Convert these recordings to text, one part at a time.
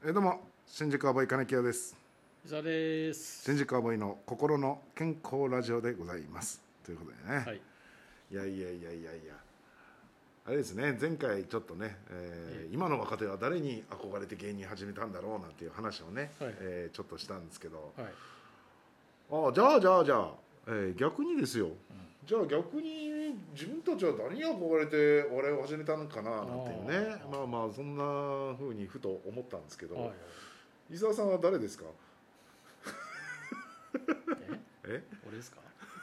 どうも新宿アボイ金木屋です。 伊沢です。 新宿アボイの心の健康ラジオでございますということでね、 はい、 いやあれですね、前回ちょっとね、今の若手は誰に憧れて芸人始めたんだろうなんていう話をね、 はいちょっとしたんですけど、 はい、 じゃあ、逆にですよ、じゃあ逆に自分たちは誰に憧れてお笑いを始めたのかななんていうね、まあそんな風にふと思ったんですけど、 はいはい、 伊沢さんは誰ですか？ 俺ですか？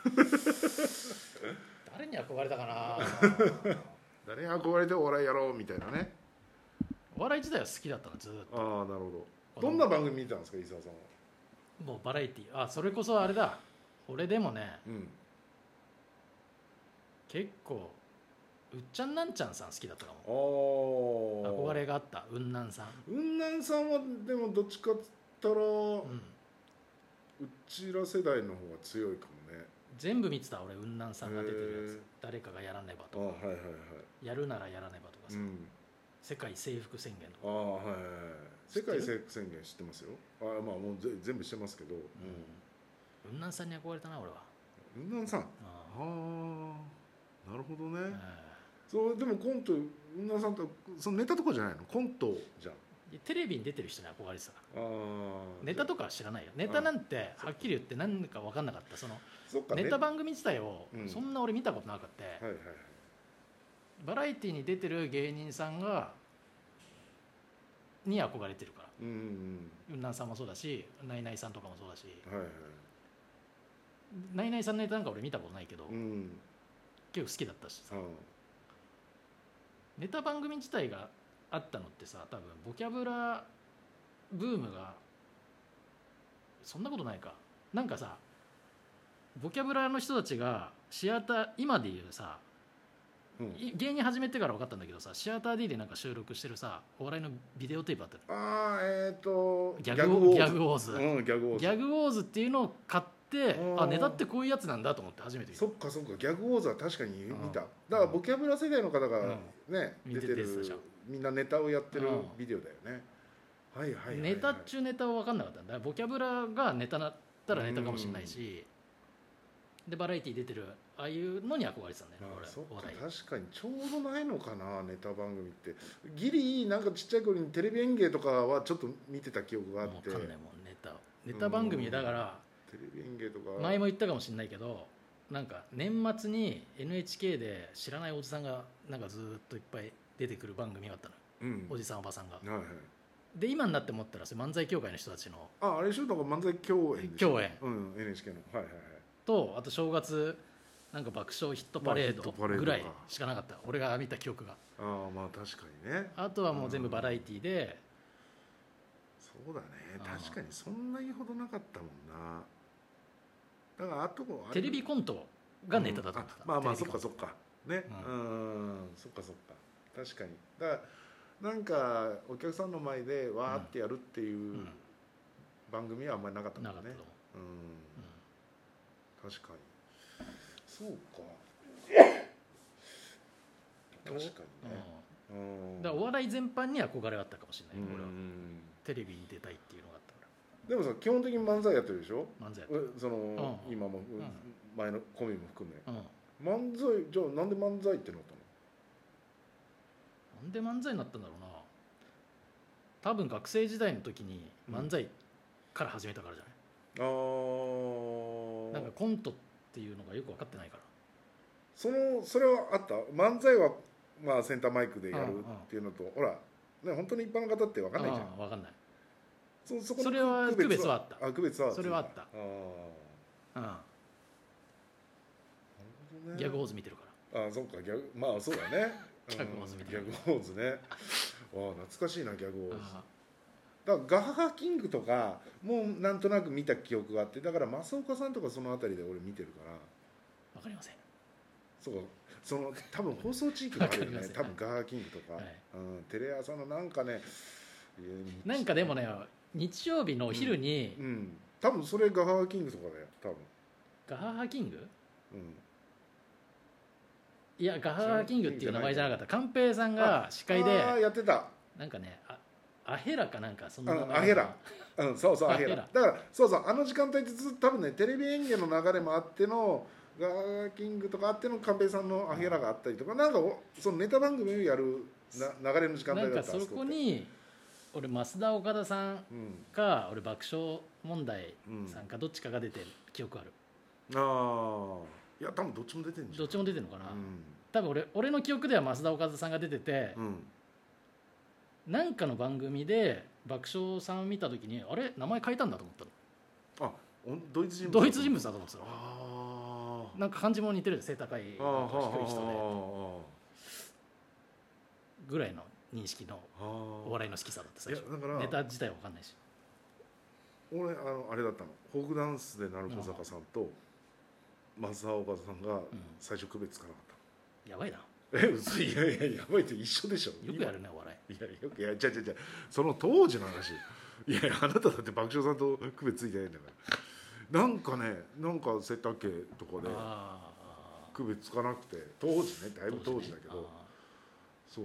誰に憧れたかな。 誰に憧れてお笑いやろうみたいなね。 お笑い自体は好きだったのずっと。 ああ、なるほど。どんな番組見てたんですか、伊沢さんは？ もうバラエティー、それこそあれだ。俺でもね、結構うっちゃんなんちゃんさん好きだったかも。憧れがあった。雲南さん。 雲南さんはでもどっちかっつったら、うちら世代の方が強いかもね。 全部見てた俺、雲南さんが出てるやつ。誰かがやらねばとか、やるならやらねばとかさ、世界征服宣言とか。 世界征服宣言知ってますよ。まあもう全部してますけど、 雲南さんに憧れたな俺は。 雲南さん、なるほどね。そうでもコント、雲南さんとそのネタとかじゃないの？コントじゃん。 テレビに出てる人に憧れてたから。ネタとかは知らないよ。ネタなんてはっきり言って何か分かんなかった。そのネタ番組自体をそんな俺見たことなくて、バラエティに出てる芸人さんに憧れてるから。雲南さんもそうだし、ナイナイさんとかもそうだし、ナイナイさんのネタなんか俺見たことないけど、結構好きだったしさ。ネタ番組自体があったのってさ、多分ボキャブラブームがそんなことないか。なんかさ、ボキャブラの人たちがシアター、今で言うさ、芸人始めてから分かったんだけどさ、シアター D でなんか収録してるさ、お笑いのビデオテープあったの。ギャグウォーズ。ギャグウォーズっていうのを買って、ネタってこういうやつなんだと思って初めて見た。 そっかギャグウォーズは確かに見た。だからボキャブラ世代の方がね、出てる、みんなネタをやってるビデオだよね。 ネタっちゅうネタは分かんなかったんだ。ボキャブラがネタだったらネタかもしれないし、でバラエティ出てるああいうのに憧れてたんだよね。 そっか、確かにちょうどないのかな、ネタ番組って。ギリなんかちっちゃい頃にテレビ演芸とかはちょっと見てた記憶があって。 もう分かんないもん、ネタ番組だから。 テレビ演芸とか前も言ったかもしれないけど、なんか年末に NHK で知らないおじさんがなんかずっといっぱい出てくる番組があったの、おじさんおばさんが、で今になって思ったらそれ漫才協会の人たちのあれでしょ、だから漫才共演でしょ。NHK のと、あと正月なんか爆笑ヒットパレードぐらいしかなかった、俺が見た記憶が。 まあ確かにね。 あとはもう全部バラエティで、 そうだね、確かにそんなにほどなかったもんな。だからあとテレビコントがネタだと思ってた。 まあそっかね、そっか確かに。だからなんかお客さんの前でわーってやるっていう番組はあんまりなかったもんね。確かにそうか、確かにね。 だからお笑い全般に憧れがあったかもしれない、俺は。テレビに出たいっていうのがあったから。 でもさ、基本的に漫才やってるでしょ。 漫才やってる。 その今も前のコンビも含め、漫才じゃあなんで漫才ってなったの？ なんで漫才になったんだろうな。多分学生時代の時に漫才から始めたからじゃない？なんかコントっていうのがよく分かってないから。 それはあった。漫才はまあセンターマイクでやるっていうのと、ほらね、本当に一般の方って分かんないじゃん。 分かんない。 それは区別はあった。 区別はそれはあった。ギャグウォーズ見てるから。 そうか、まあそうだね。 ギャグウォーズ見てる。 ギャグウォーズね。懐かしいな、ギャグウォーズ。だからガハハキングとかもうなんとなく見た記憶があって、だから増岡さんとかそのあたりで俺見てるから。 わかりません。 そう、多分放送地域があるよね。多分ガハハキングとか、テレ朝のなんかね、 なんかでもね、日曜日のお昼に、 多分それガハハキングとかだよ、多分。 ガハハキング？いや、ガハハキングっていう名前じゃなかった。寛平さんが司会でやってた。 なんかね、 アヘラかなんかそんな名前アヘラ、そうそうアヘラアヘラだからそうそうあの時間帯ってずっと多分ねテレビ演芸の流れもあってのガーキングとかあっての寛平さんのアヘラがあったりとか、なんかそのネタ番組をやる流れの時間帯だったなんかそこに俺増田岡田さんか、俺爆笑問題さんかどっちかが出てる記憶ある、 ああいや多分どっちも出てるんじゃん。 どっちも出てるのかな、多分俺の記憶では増田岡田さんが出てて、なんかの番組で爆笑さんを見た時にあれ名前変えたんだと思ったの。 ドイツ人物ドイツ人物だと思ってたの。 あなんか漢字も似てる、背高い低い人でぐらいの認識のお笑いの好きさだった最初。 だからネタ自体は分かんないし、 俺あれだったの、フォークダンスで鳴子坂さんと増田岡田さんが最初区別つかなかった、 やばいな。 嘘いややばいって一緒でしょ。 よくやるねお笑い。 いやよくじゃその当時の話いやあなただって爆笑さんと区別ついてないんだからなんかねなんか背丈とかで区別つかなくて当時ねだいぶ当時だけど、そう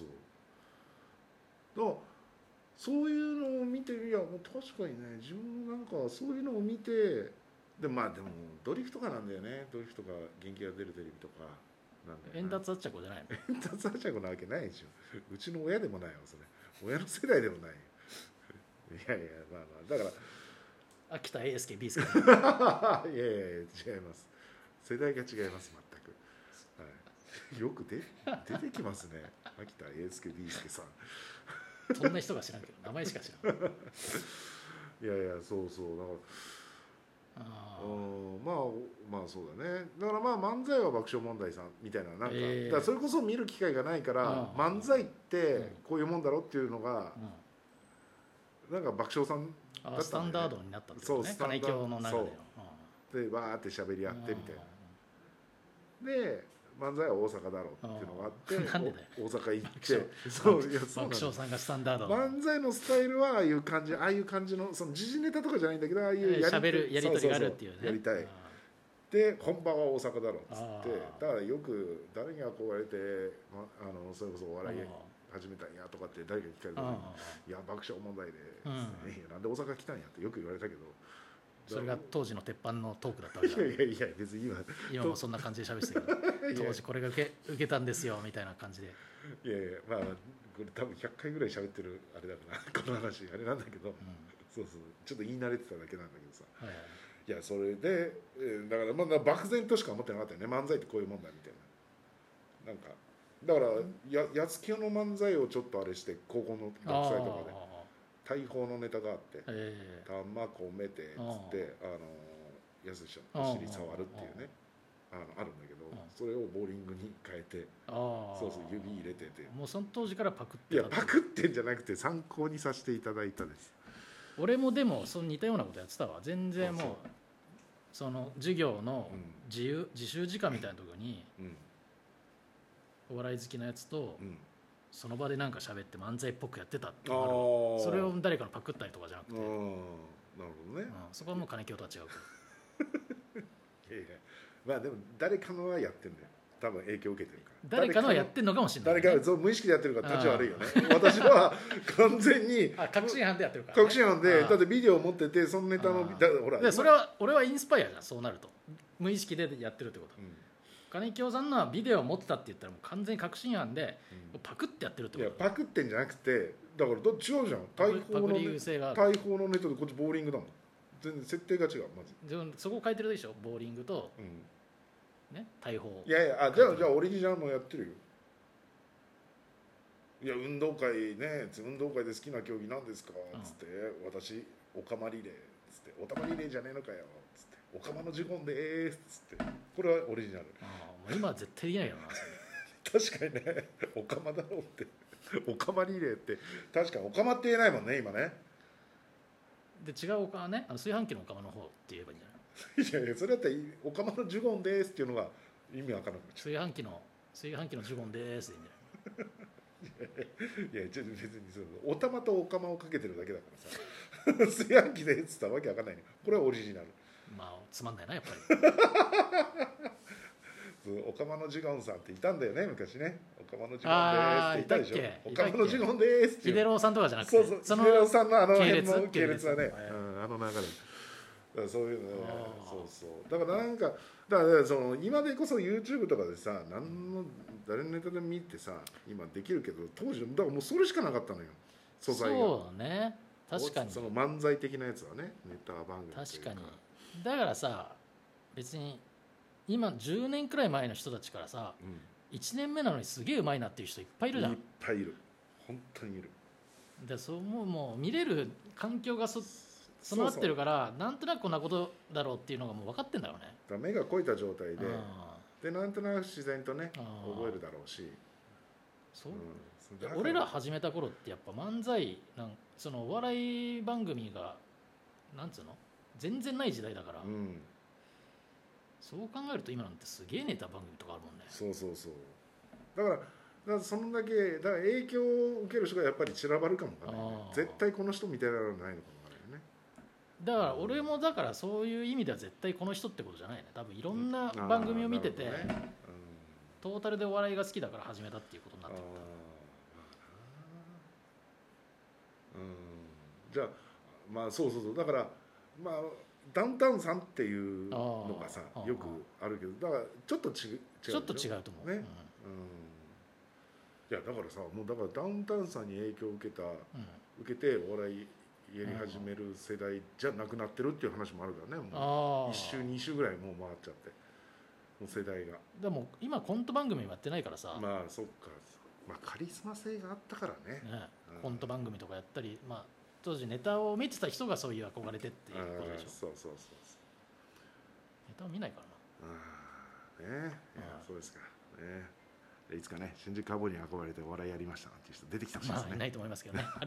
だからそういうのを見ていやもう確かにね自分なんかそういうのを見てでもドリフとかなんだよね。ドリフとか元気が出るテレビとかなんだよ、ね、 円達あっちゃこじゃないの。 円達あっちゃこなわけないでしょ。うちの親でもないわそれ。親の世代でもない。いやだから秋田英介 B 介いや違います。世代が違います全く、はい、よく出てきますね秋田英介 B 介さん。 そんな人が知らんけど名前しか知らん。 いやそうだからまあそうだね。だから漫才は爆笑問題さんみたいななんか、だからそれこそ見る機会がないから漫才ってこういうもんだろっていうのが、なんか爆笑さんだったんだよね。 スタンダードになったってことね。金京の中ででわーって喋り合ってみたいな。で漫才は大阪だろうっていうのがあってなんでだよ大阪行ってそう爆笑さんがスタンダード漫才のスタイルはああいう感じのその時事ネタとかじゃないんだけどああいう喋るやり取りがあるっていうね。 やりたいで本場は大阪だろうっつってだからよく誰に憧れてそれこそお笑い始めたんやとかって誰か聞かれたらいや爆笑問題でなんで大阪来たんやってよく言われたけどそれが当時の鉄板のトークだったわけだ。 いや別に今もそんな感じで喋ってたけど当時これが受けたんですよみたいな感じで。 いやこれ多分100回ぐらい喋ってるあれだからこの話あれなんだけど、そうちょっと言い慣れてただけなんだけどさ、いやそれでだから漠然としか思ってなかったよね。漫才ってこういうもんだみたいな。なんかだからやつきよの漫才をちょっとあれして高校の学祭とかで大砲のネタがあって「玉込めて」っつってやすしのお尻触るっていうねあるんだけど、それをボーリングに変えてそう指入れてて、 もうその当時からパクっていやパクってんじゃなくて参考にさせていただいたです。 俺もでもその似たようなことやってたわ。全然もうその授業の自習時間みたいなところにお笑い好きなやつとその場でなんか喋って漫才っぽくやってたってのがある。それを誰かのパクったりとかじゃなくて、なるほどね、 そこはもう金京とは違うけどでも誰かのはやってんだよ。多分影響を受けてるから誰かのはやってんのかもしれない、ね、 誰か無意識でやってるから立ち悪いよね。私は完全に確信犯でやってるから、 確信犯でだってビデオを持っててそのネタのほらそれは俺はインスパイアじゃん。そうなると無意識でやってるってこと、金京さんのはビデオを持ってたって言ったらもう完全に確信犯で、パクってやってるってこと。 いやパクってんじゃなくてだから違うじゃん。大砲のネタでこっちボーリングだもん。全然設定が違う。まずそこ書いてるでしょ。ボーリングと、大砲。 いやじゃあオリジナルもやってるよ。いや運動会で好きな競技なんですかっつって私オカマリレーっつってオタマリレーじゃねえのかよっつってオカマの呪言でーすっつってこれはオリジナル。 もう今は絶対できないよな確かにねオカマだろうってオカマリレーって確かにオカマって言えないもんね今ね。 で違うオカマね炊飯器のオカマの方って言えばいいんじゃない。 いやそれだったらオカマの呪言ですっていうのが意味わからなくなっちゃう。 炊飯器の呪言ですでいいんじゃない。 いや別におたまとおかまをかけてるだけだからさ炊飯器でっつったわけわかんないね。これはオリジナル。 つまんないなやっぱり。 オカマのジゴンさんっていたんだよね昔ね。オカマのジゴンですあーっていたでしょ。 いたっけオカマのジゴンですっていう。 ヒデローさんとかじゃなくて、 そうそう、 のヒデローさんのあの辺系の列系列はね、 系列あの流れ。だからそういうのね、 あーそうそう。だからなんか、だからその今でこそ YouTube とかでさ、何の誰のネタでも見てさ、今できるけど、当時だからもうそれしかなかったのよ。素材が。 そうね、確かにその漫才的なやつはね、ネタ番組という確かに。だからさ、別に今10年くらい前の人たちからさ、1年目なのにすげえうまいなっていう人いっぱいいるじゃん。 いっぱいいる、本当にいる。 でそうもう見れる環境が備わってるから、なんとなくこんなことだろうっていうのがもう分かってんだろうね。 だから目が肥えた状態で、 あでなんとなく自然とねあー覚えるだろうし、 そう、 だから俺ら始めた頃ってやっぱ漫才そのお笑い番組がなんつうの全然ない時代だから、 うん、 そう考えると今なんてすげえネタ番組とかあるもんね。 そうそうそう。だからそんだけだから影響を受ける人がやっぱり散らばるかもわからないね。 あー絶対この人みたいなのないのかもわからないよね。 だから俺もだからそういう意味では絶対この人ってことじゃないね。多分いろんな番組を見てて、 なるほどね、 トータルでお笑いが好きだから始めたっていうことになってる。 じゃあまあそうそうそう、だからまあダウンタウンさんっていうのがさよくあるけど、だからちょっと違うちょっと違うと思うね。いやだからさ、もうだからダウンタウンさんに影響を受けてお笑いやり始める世代じゃなくなってるっていう話もあるからね。もう1週2週ぐらいもう回っちゃって、もう世代が。 でも今コント番組もやってないからさ、 まあそっか、まあカリスマ性があったからね。 コント番組とかやったり、まあ当時ネタを見てた人がそういう憧れてっていうことでしょ。 そうそうそうネタを見ないからな。 ね。そうですかね。いつかね新宿カウボーイに憧れてお笑いやりましたなんていう人出てきてほしいですね。 まあいないと思いますけどね。